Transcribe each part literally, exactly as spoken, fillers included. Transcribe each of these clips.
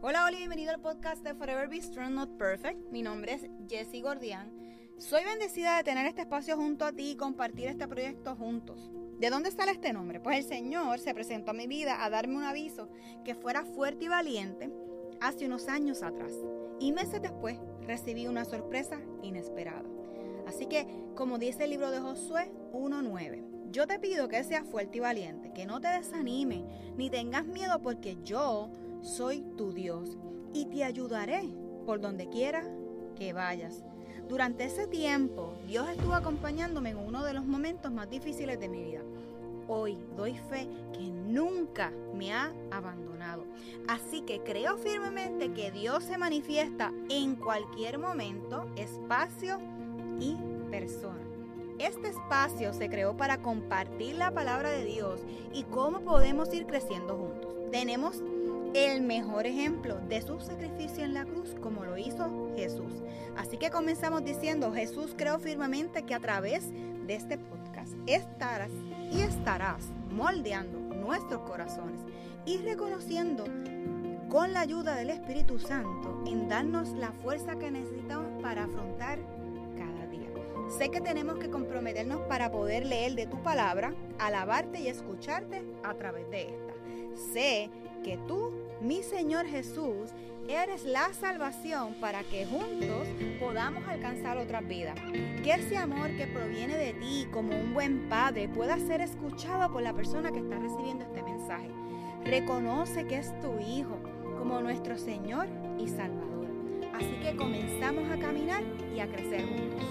Hola, hola y bienvenido al podcast de Forever Be Strong Not Perfect. Mi nombre es Jessie Gordián. Soy bendecida de tener este espacio junto a ti y compartir este proyecto juntos. ¿De dónde sale este nombre? Pues el Señor se presentó a mi vida a darme un aviso que fuera fuerte y valiente hace unos años atrás. Y meses después recibí una sorpresa inesperada. Así que, como dice el libro de Josué uno nueve, yo te pido que seas fuerte y valiente, que no te desanimes ni tengas miedo, porque yo soy tu Dios y te ayudaré por donde quiera que vayas. Durante ese tiempo, Dios estuvo acompañándome en uno de los momentos más difíciles de mi vida. Hoy doy fe que nunca me ha abandonado. Así que creo firmemente que Dios se manifiesta en cualquier momento, espacio y persona. Este espacio se creó para compartir la palabra de Dios y cómo podemos ir creciendo juntos. Tenemos el mejor ejemplo de su sacrificio en la cruz, como lo hizo Jesús. Así que comenzamos diciendo: Jesús, creo firmemente que a través de este podcast estarás y estarás moldeando nuestros corazones y reconociendo con la ayuda del Espíritu Santo en darnos la fuerza que necesitamos para afrontar cada día. Sé que tenemos que comprometernos para poder leer de tu palabra, alabarte y escucharte a través de esta. Sé que tú, mi Señor Jesús, eres la salvación para que juntos podamos alcanzar otras vidas. Que ese amor que proviene de ti como un buen padre pueda ser escuchado por la persona que está recibiendo este mensaje. Reconoce que es tu Hijo como nuestro Señor y Salvador. Así que comenzamos a caminar y a crecer juntos.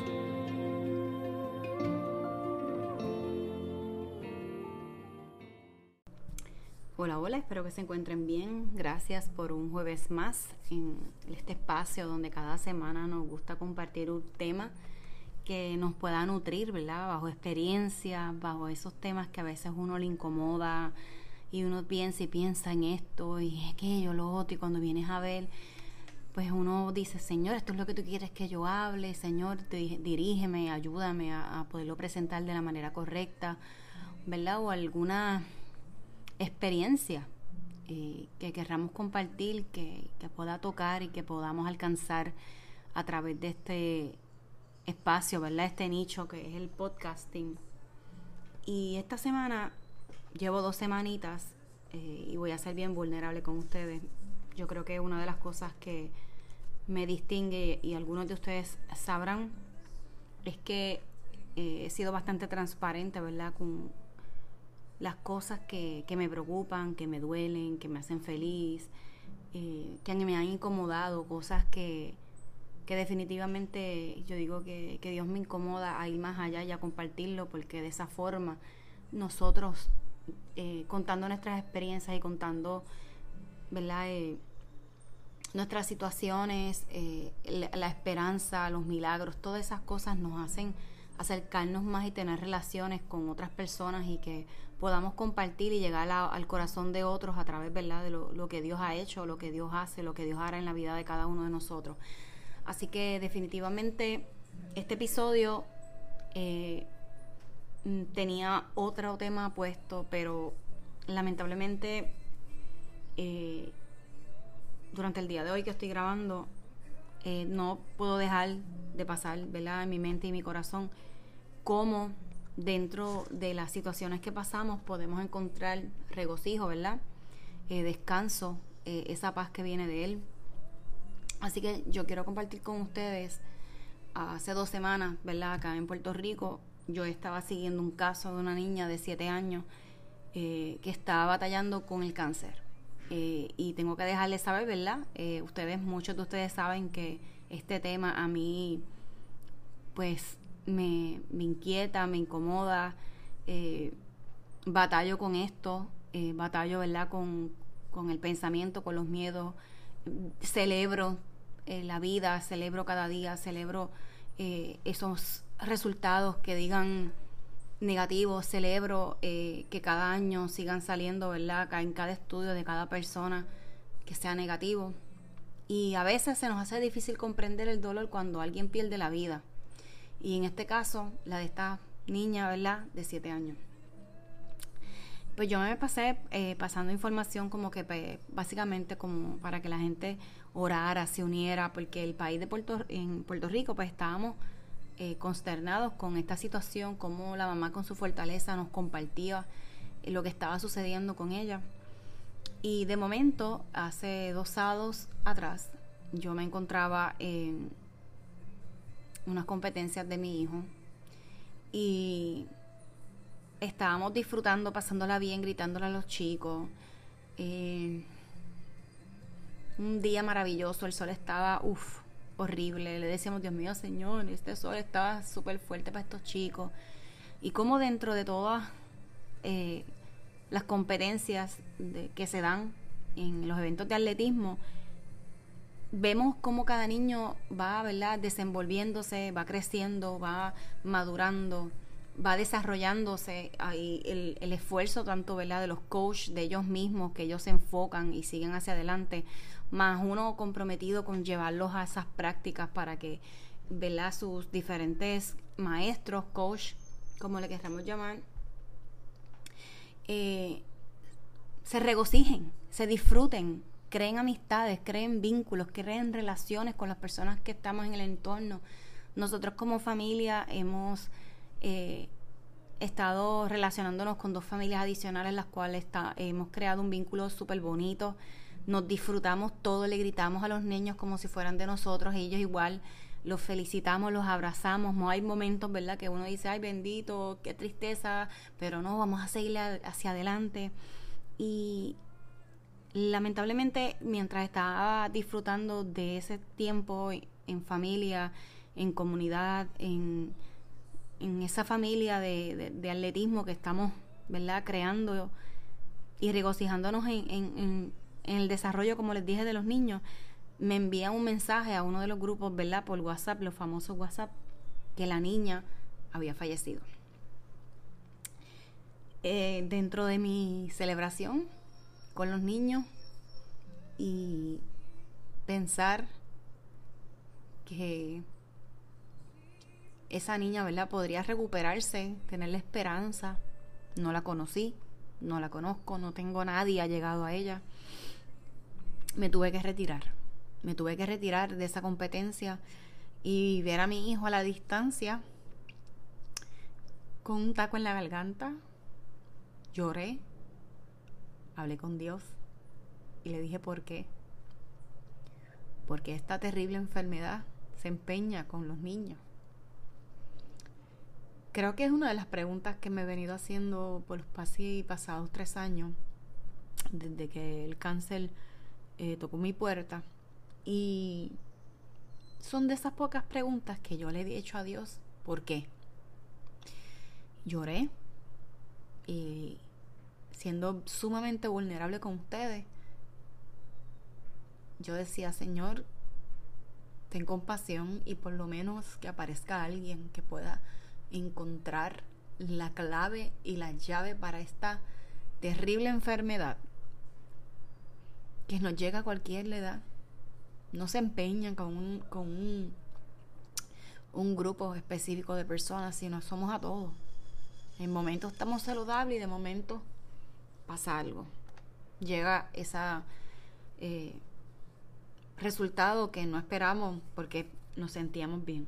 Hola, hola, espero que se encuentren bien. Gracias por un jueves más en este espacio donde cada semana nos gusta compartir un tema que nos pueda nutrir, ¿verdad? Bajo experiencia, bajo esos temas que a veces uno le incomoda y uno piensa y piensa en esto y aquello, lo otro, y cuando vienes a ver, pues uno dice: Señor, esto es lo que tú quieres que yo hable, Señor, dirígeme, ayúdame a, a poderlo presentar de la manera correcta, ¿verdad? O alguna experiencia eh, que querramos compartir, que, que pueda tocar y que podamos alcanzar a través de este espacio, ¿verdad? Este nicho que es el podcasting. Y esta semana llevo dos semanitas eh, y voy a ser bien vulnerable con ustedes. Yo creo que una de las cosas que me distingue, y algunos de ustedes sabrán, es que eh, he sido bastante transparente, ¿verdad? Con las cosas que, que me preocupan, que me duelen, que me hacen feliz, eh, que me han incomodado, cosas que, que definitivamente yo digo que, que Dios me incomoda a ir más allá y a compartirlo, porque de esa forma nosotros, eh, contando nuestras experiencias y contando, ¿verdad?, eh, nuestras situaciones, eh, la, la esperanza, los milagros, todas esas cosas nos hacen acercarnos más y tener relaciones con otras personas y que podamos compartir y llegar a, al corazón de otros a través, ¿verdad?, de lo, lo que Dios ha hecho, lo que Dios hace, lo que Dios hará en la vida de cada uno de nosotros. Así que definitivamente este episodio eh, tenía otro tema puesto, pero lamentablemente eh, durante el día de hoy que estoy grabando eh, no puedo dejar de pasar, ¿verdad?, en mi mente y mi corazón cómo dentro de las situaciones que pasamos podemos encontrar regocijo, ¿verdad?, eh, descanso, eh, esa paz que viene de Él. Así que yo quiero compartir con ustedes, hace dos semanas, ¿verdad?, acá en Puerto Rico, yo estaba siguiendo un caso de una niña de siete años eh, que estaba batallando con el cáncer. Eh, y tengo que dejarles saber, ¿verdad? Eh, ustedes, muchos de ustedes saben que este tema a mí, pues, me, me inquieta, me incomoda, eh, batallo con esto, eh, batallo, ¿verdad?, con, con el pensamiento, con los miedos, celebro eh, la vida, celebro cada día, celebro eh, esos resultados que digan negativos, celebro eh, que cada año sigan saliendo, ¿verdad?, en cada estudio de cada persona que sea negativo. Y a veces se nos hace difícil comprender el dolor cuando alguien pierde la vida. Y en este caso, la de esta niña, ¿verdad?, de siete años. Pues yo me pasé eh, pasando información como que pues, básicamente como para que la gente orara, se uniera, porque el país de Puerto, en Puerto Rico pues estábamos eh, consternados con esta situación, como la mamá con su fortaleza nos compartía eh, lo que estaba sucediendo con ella. Y de momento, hace dos sábados atrás, yo me encontraba en unas competencias de mi hijo y estábamos disfrutando, pasándola bien, gritándole a los chicos. Eh, un día maravilloso, el sol estaba, uff, horrible. Le decíamos, Dios mío, Señor, este sol estaba súper fuerte para estos chicos. Y como dentro de todas eh, las competencias de, que se dan en los eventos de atletismo, vemos cómo cada niño va, ¿verdad?, desenvolviéndose, va creciendo, va madurando, va desarrollándose. Ahí el, el esfuerzo tanto, ¿verdad?, de los coaches, de ellos mismos, que ellos se enfocan y siguen hacia adelante, más uno comprometido con llevarlos a esas prácticas para que, ¿verdad?, sus diferentes maestros, coach, como le queramos llamar, eh, se regocijen, se disfruten, creen amistades, creen vínculos, creen relaciones con las personas que estamos en el entorno. Nosotros como familia hemos eh, estado relacionándonos con dos familias adicionales, las cuales está, hemos creado un vínculo súper bonito. Nos disfrutamos todo, le gritamos a los niños como si fueran de nosotros, ellos igual, los felicitamos, los abrazamos. No hay momentos, ¿verdad?, que uno dice, ay, bendito, qué tristeza, pero no, vamos a seguir hacia adelante. Y lamentablemente, mientras estaba disfrutando de ese tiempo en familia, en comunidad, en, en esa familia de, de, de atletismo que estamos, ¿verdad?, creando y regocijándonos en, en, en, en el desarrollo, como les dije, de los niños, me envía un mensaje a uno de los grupos, ¿verdad?, por WhatsApp, los famosos WhatsApp, que la niña había fallecido. Eh, dentro de mi celebración con los niños y pensar que esa niña, ¿verdad?, podría recuperarse, tener la esperanza. No la conocí, no la conozco, no tengo nadie allegado a ella. Me tuve que retirar, me tuve que retirar de esa competencia y ver a mi hijo a la distancia con un taco en la garganta. Lloré, hablé con Dios y le dije por qué. Porque esta terrible enfermedad se empeña con los niños. Creo que es una de las preguntas que me he venido haciendo por los pasados tres años, desde que el cáncer eh, tocó mi puerta. Y son de esas pocas preguntas que yo le he hecho a Dios. ¿Por qué? Lloré. Y siendo sumamente vulnerable con ustedes, yo decía, Señor, ten compasión y por lo menos que aparezca alguien que pueda encontrar la clave y la llave para esta terrible enfermedad que nos llega a cualquier edad. No se empeñan con un, con un, un grupo específico de personas, sino somos a todos. En momentos estamos saludables y de momento pasa algo. Llega ese eh, resultado que no esperamos porque nos sentíamos bien.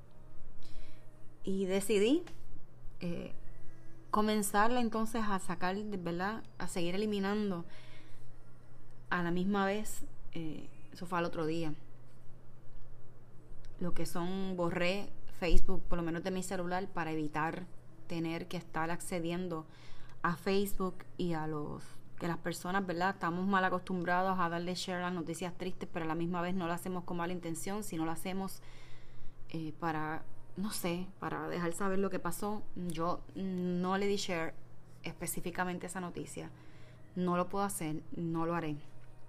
Y decidí eh, comenzarla entonces a sacar, ¿verdad?, a seguir eliminando a la misma vez. Eh, eso fue al otro día. Lo que son, borré Facebook, por lo menos de mi celular, para evitar tener que estar accediendo a Facebook y a los que las personas, ¿verdad?, estamos mal acostumbrados a darle share a las noticias tristes, pero a la misma vez no lo hacemos con mala intención, sino lo hacemos eh, para, no sé, para dejar saber lo que pasó. Yo no le di share específicamente esa noticia, no lo puedo hacer, no lo haré.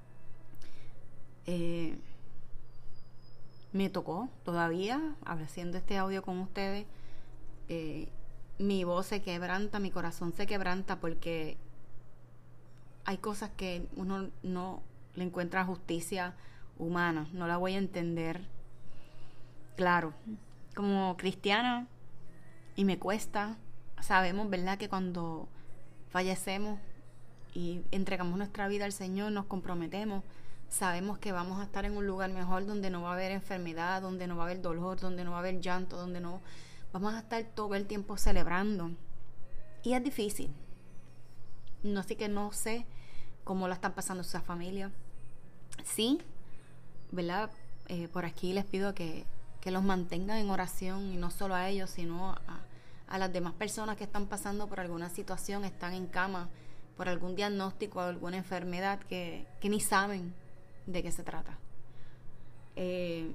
Eh, me tocó todavía haciendo este audio con ustedes. eh, mi voz se quebranta, mi corazón se quebranta porque hay cosas que uno no le encuentra justicia humana, no la voy a entender. Claro, como cristiana, y me cuesta, sabemos, ¿verdad?, que cuando fallecemos y entregamos nuestra vida al Señor, nos comprometemos, sabemos que vamos a estar en un lugar mejor donde no va a haber enfermedad, donde no va a haber dolor, donde no va a haber llanto, donde no vamos a estar todo el tiempo celebrando. Y es difícil. No sé que no sé cómo la están pasando esa familia. Sí, ¿verdad? Eh, por aquí les pido que, que los mantengan en oración, y no solo a ellos, sino a, a las demás personas que están pasando por alguna situación, están en cama por algún diagnóstico o alguna enfermedad que, que ni saben de qué se trata. Eh,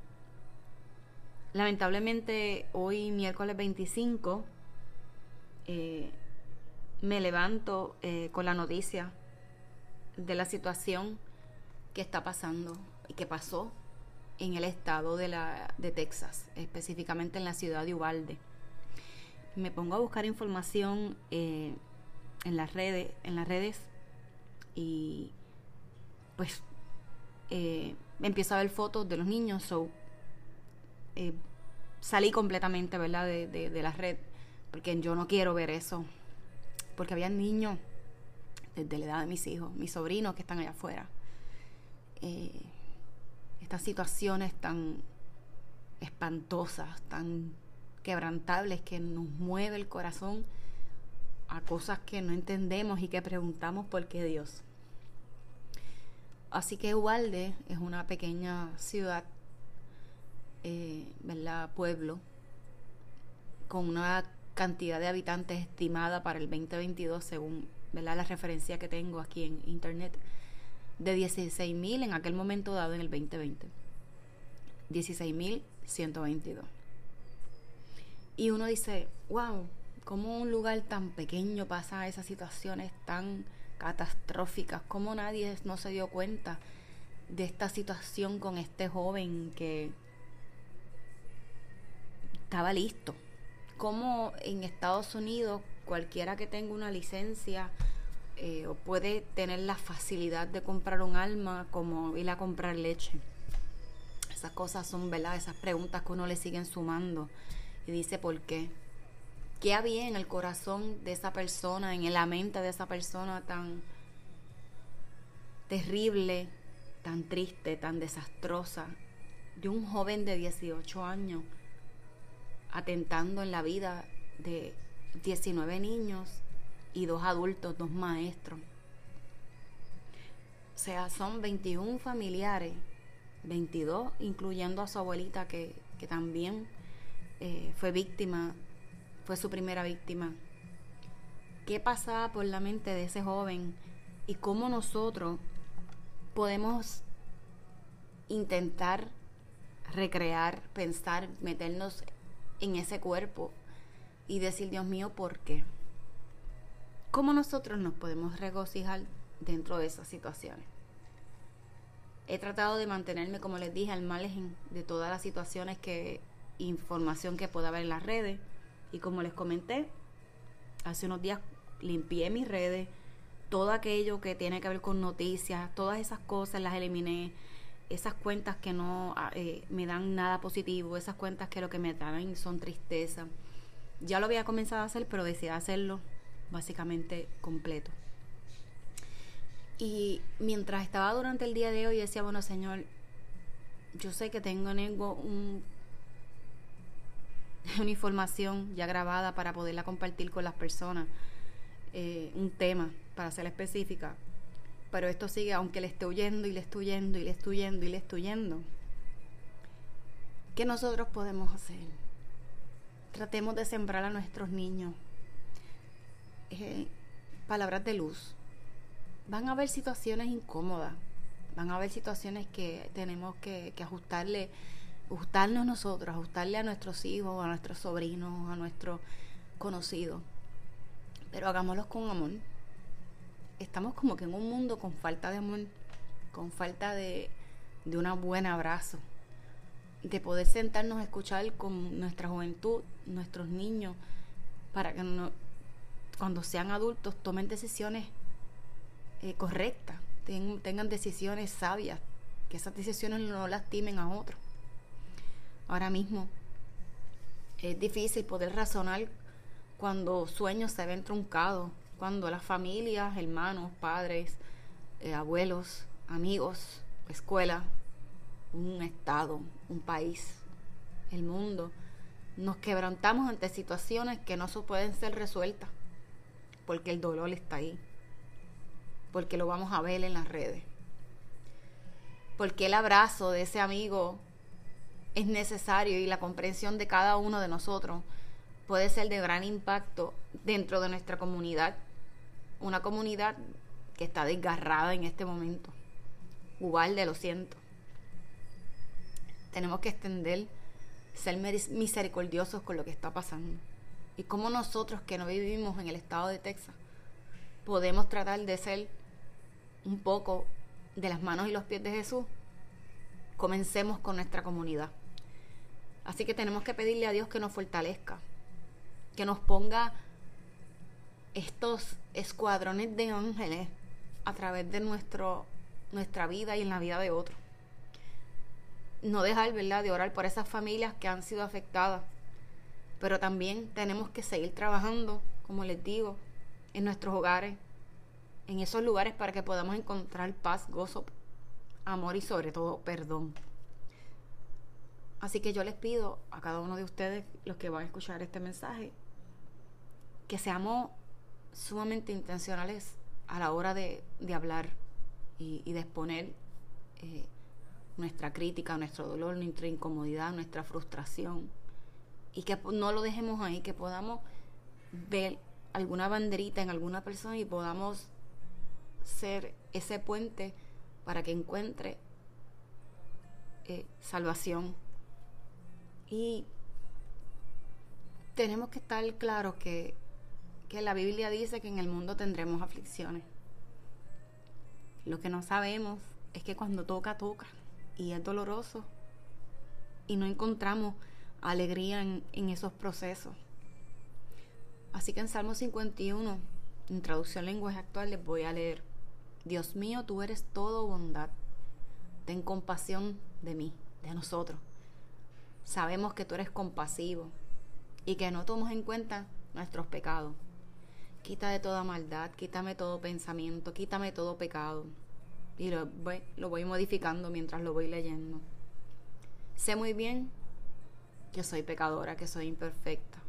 lamentablemente hoy, miércoles veinticinco, eh, me levanto eh, con la noticia de la situación que está pasando y que pasó en el estado de, la, de Texas, específicamente en la ciudad de Uvalde. Me pongo a buscar información eh, en las redes, en las redes y pues eh, empiezo a ver fotos de los niños. So, eh, salí completamente, ¿verdad?, de, de, de la red, porque yo no quiero ver eso, porque había niños desde la edad de mis hijos, mis sobrinos que están allá afuera. Eh, estas situaciones tan espantosas, tan quebrantables, que nos mueve el corazón a cosas que no entendemos y que preguntamos por qué Dios. Así que Uvalde es una pequeña ciudad, eh, ¿verdad?, pueblo, con una cantidad de habitantes estimada para el veinte veintidós, según, ¿verdad?, la referencia que tengo aquí en internet, de dieciséis mil en aquel momento dado en el veinte veinte. dieciséis mil ciento veintidós. Y uno dice, wow, ¿cómo un lugar tan pequeño pasa esas situaciones tan catastróficas? ¿Cómo nadie no se dio cuenta de esta situación con este joven que estaba listo? ¿Cómo en Estados Unidos cualquiera que tenga una licencia eh, o puede tener la facilidad de comprar un arma como ir a comprar leche? Esas cosas son, ¿verdad?, esas preguntas que uno le siguen sumando y dice, ¿por qué? ¿Qué había en el corazón de esa persona, en la mente de esa persona tan terrible, tan triste, tan desastrosa, de un joven de dieciocho años atentando en la vida de diecinueve niños y dos adultos, dos maestros? O sea, son veintiún familiares, veintidós, incluyendo a su abuelita que, que también eh, fue víctima, fue su primera víctima. ¿Qué pasaba por la mente de ese joven? Y cómo nosotros podemos intentar recrear, pensar, meternos en ese cuerpo y decir, Dios mío, ¿por qué? ¿Cómo nosotros nos podemos regocijar dentro de esas situaciones? He tratado de mantenerme, como les dije, al margen de todas las situaciones, que información que pueda haber en las redes. Y como les comenté, hace unos días limpié mis redes, todo aquello que tiene que ver con noticias, todas esas cosas las eliminé. Esas cuentas que no eh, me dan nada positivo, esas cuentas que lo que me traen son tristeza. Ya lo había comenzado a hacer, pero decidí hacerlo básicamente completo. Y mientras estaba durante el día de hoy, decía, bueno, Señor, yo sé que tengo en ego un, una información ya grabada para poderla compartir con las personas, eh, un tema para ser específica, pero esto sigue, aunque le esté huyendo y le esté huyendo y le esté huyendo y le esté huyendo. ¿Qué nosotros podemos hacer? Tratemos de sembrar a nuestros niños eh, palabras de luz. Van a haber situaciones incómodas, van a haber situaciones que tenemos que, que ajustarle, ajustarnos nosotros, ajustarle a nuestros hijos, a nuestros sobrinos, a nuestros conocidos, pero hagámoslos con amor. Estamos como que en un mundo con falta de amor, con falta de, de un buen abrazo, de poder sentarnos a escuchar con nuestra juventud, nuestros niños, para que no, cuando sean adultos tomen decisiones eh, correctas, ten, tengan decisiones sabias, que esas decisiones no lastimen a otros. Ahora mismo es difícil poder razonar cuando sueños se ven truncados, cuando las familias, hermanos, padres, eh, abuelos, amigos, escuela, un estado, un país, el mundo, nos quebrantamos ante situaciones que no pueden ser resueltas, porque el dolor está ahí, porque lo vamos a ver en las redes, porque el abrazo de ese amigo es necesario y la comprensión de cada uno de nosotros puede ser de gran impacto dentro de nuestra comunidad, una comunidad que está desgarrada en este momento. Ubalde, lo siento. Tenemos que extender, ser misericordiosos con lo que está pasando. Y cómo nosotros que no vivimos en el estado de Texas podemos tratar de ser un poco de las manos y los pies de Jesús. Comencemos con nuestra comunidad. Así que tenemos que pedirle a Dios que nos fortalezca, que nos ponga estos escuadrones de ángeles a través de nuestro, nuestra vida y en la vida de otros. No dejar, ¿verdad?, de orar por esas familias que han sido afectadas, pero también tenemos que seguir trabajando, como les digo, en nuestros hogares, en esos lugares para que podamos encontrar paz, gozo, amor y sobre todo perdón. Así que yo les pido a cada uno de ustedes, los que van a escuchar este mensaje, que seamos sumamente intencionales a la hora de, de hablar y, y de exponer eh, nuestra crítica, nuestro dolor, nuestra incomodidad, nuestra frustración, y que no lo dejemos ahí, que podamos ver alguna banderita en alguna persona y podamos ser ese puente para que encuentre eh, salvación. Y tenemos que estar claros que, que la Biblia dice que en el mundo tendremos aflicciones. Lo que no sabemos es que cuando toca, toca. Y es doloroso. Y no encontramos alegría en, en esos procesos. Así que en Salmo cincuenta y uno, en traducción lenguaje actual, les voy a leer: Dios mío, tú eres todo bondad. Ten compasión de mí, de nosotros. Sabemos que tú eres compasivo y que no tomas en cuenta nuestros pecados. Quita de toda maldad, quítame todo pensamiento, quítame todo pecado. Y lo voy, lo voy modificando mientras lo voy leyendo. Sé muy bien que soy pecadora, que soy imperfecta.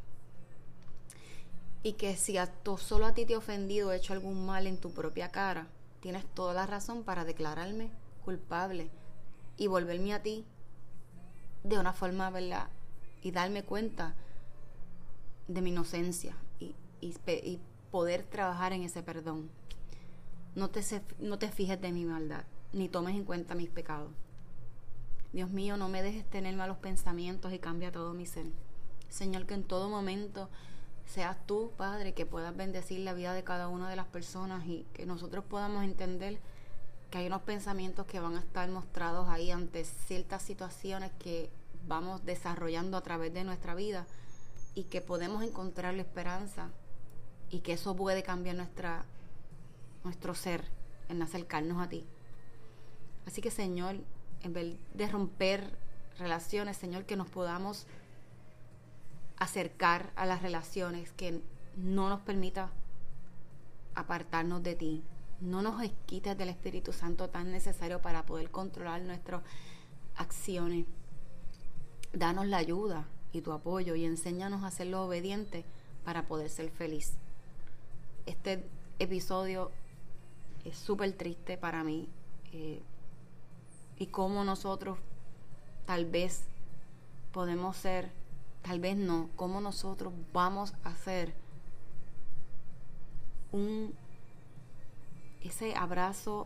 Y que si a tú, solo a ti te he ofendido, he hecho algún mal en tu propia cara, tienes toda la razón para declararme culpable y volverme a ti de una forma, ¿verdad?, y darme cuenta de mi inocencia y, y, y poder trabajar en ese perdón. No te, no te fijes de mi maldad, ni tomes en cuenta mis pecados. Dios mío, no me dejes tener malos pensamientos y cambia todo mi ser. Señor, que en todo momento seas tú, Padre, que puedas bendecir la vida de cada una de las personas y que nosotros podamos entender que hay unos pensamientos que van a estar mostrados ahí ante ciertas situaciones que vamos desarrollando a través de nuestra vida y que podemos encontrar la esperanza y que eso puede cambiar nuestra, nuestro ser en acercarnos a ti. Así que, Señor, en vez de romper relaciones, Señor, que nos podamos acercar a las relaciones, que no nos permita apartarnos de ti. No nos quites del Espíritu Santo tan necesario para poder controlar nuestras acciones. Danos la ayuda y tu apoyo y enséñanos a serlo obedientes para poder ser feliz. Este episodio es súper triste para mí eh, y cómo nosotros tal vez podemos ser, tal vez no, cómo nosotros vamos a ser un ese abrazo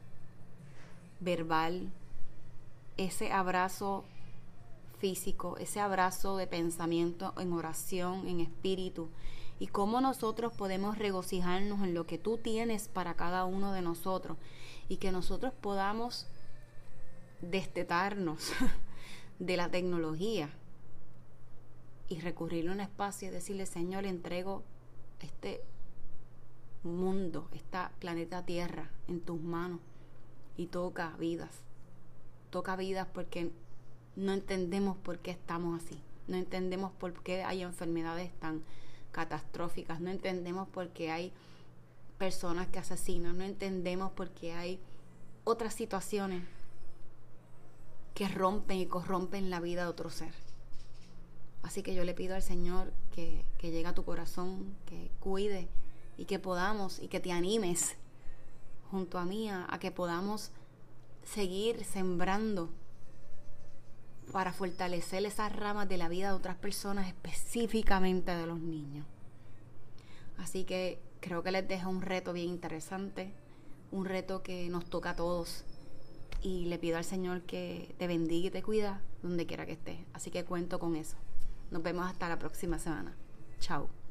verbal, ese abrazo físico, ese abrazo de pensamiento en oración, en espíritu, y cómo nosotros podemos regocijarnos en lo que tú tienes para cada uno de nosotros y que nosotros podamos destetarnos de la tecnología y recurrir a un espacio y decirle: Señor, entrego este mundo, esta planeta Tierra en tus manos y toca vidas, toca vidas porque no entendemos por qué estamos así, no entendemos por qué hay enfermedades tan catastróficas, no entendemos por qué hay personas que asesinan, no entendemos por qué hay otras situaciones que rompen y corrompen la vida de otro ser. Así que yo le pido al Señor que, que llegue a tu corazón, que cuide y que podamos, y que te animes junto a mí a, a que podamos seguir sembrando para fortalecer esas ramas de la vida de otras personas, específicamente de los niños. Así que creo que les dejo un reto bien interesante, un reto que nos toca a todos, y le pido al Señor que te bendiga y te cuida donde quiera que estés. Así que cuento con eso. Nos vemos hasta la próxima semana. Chao.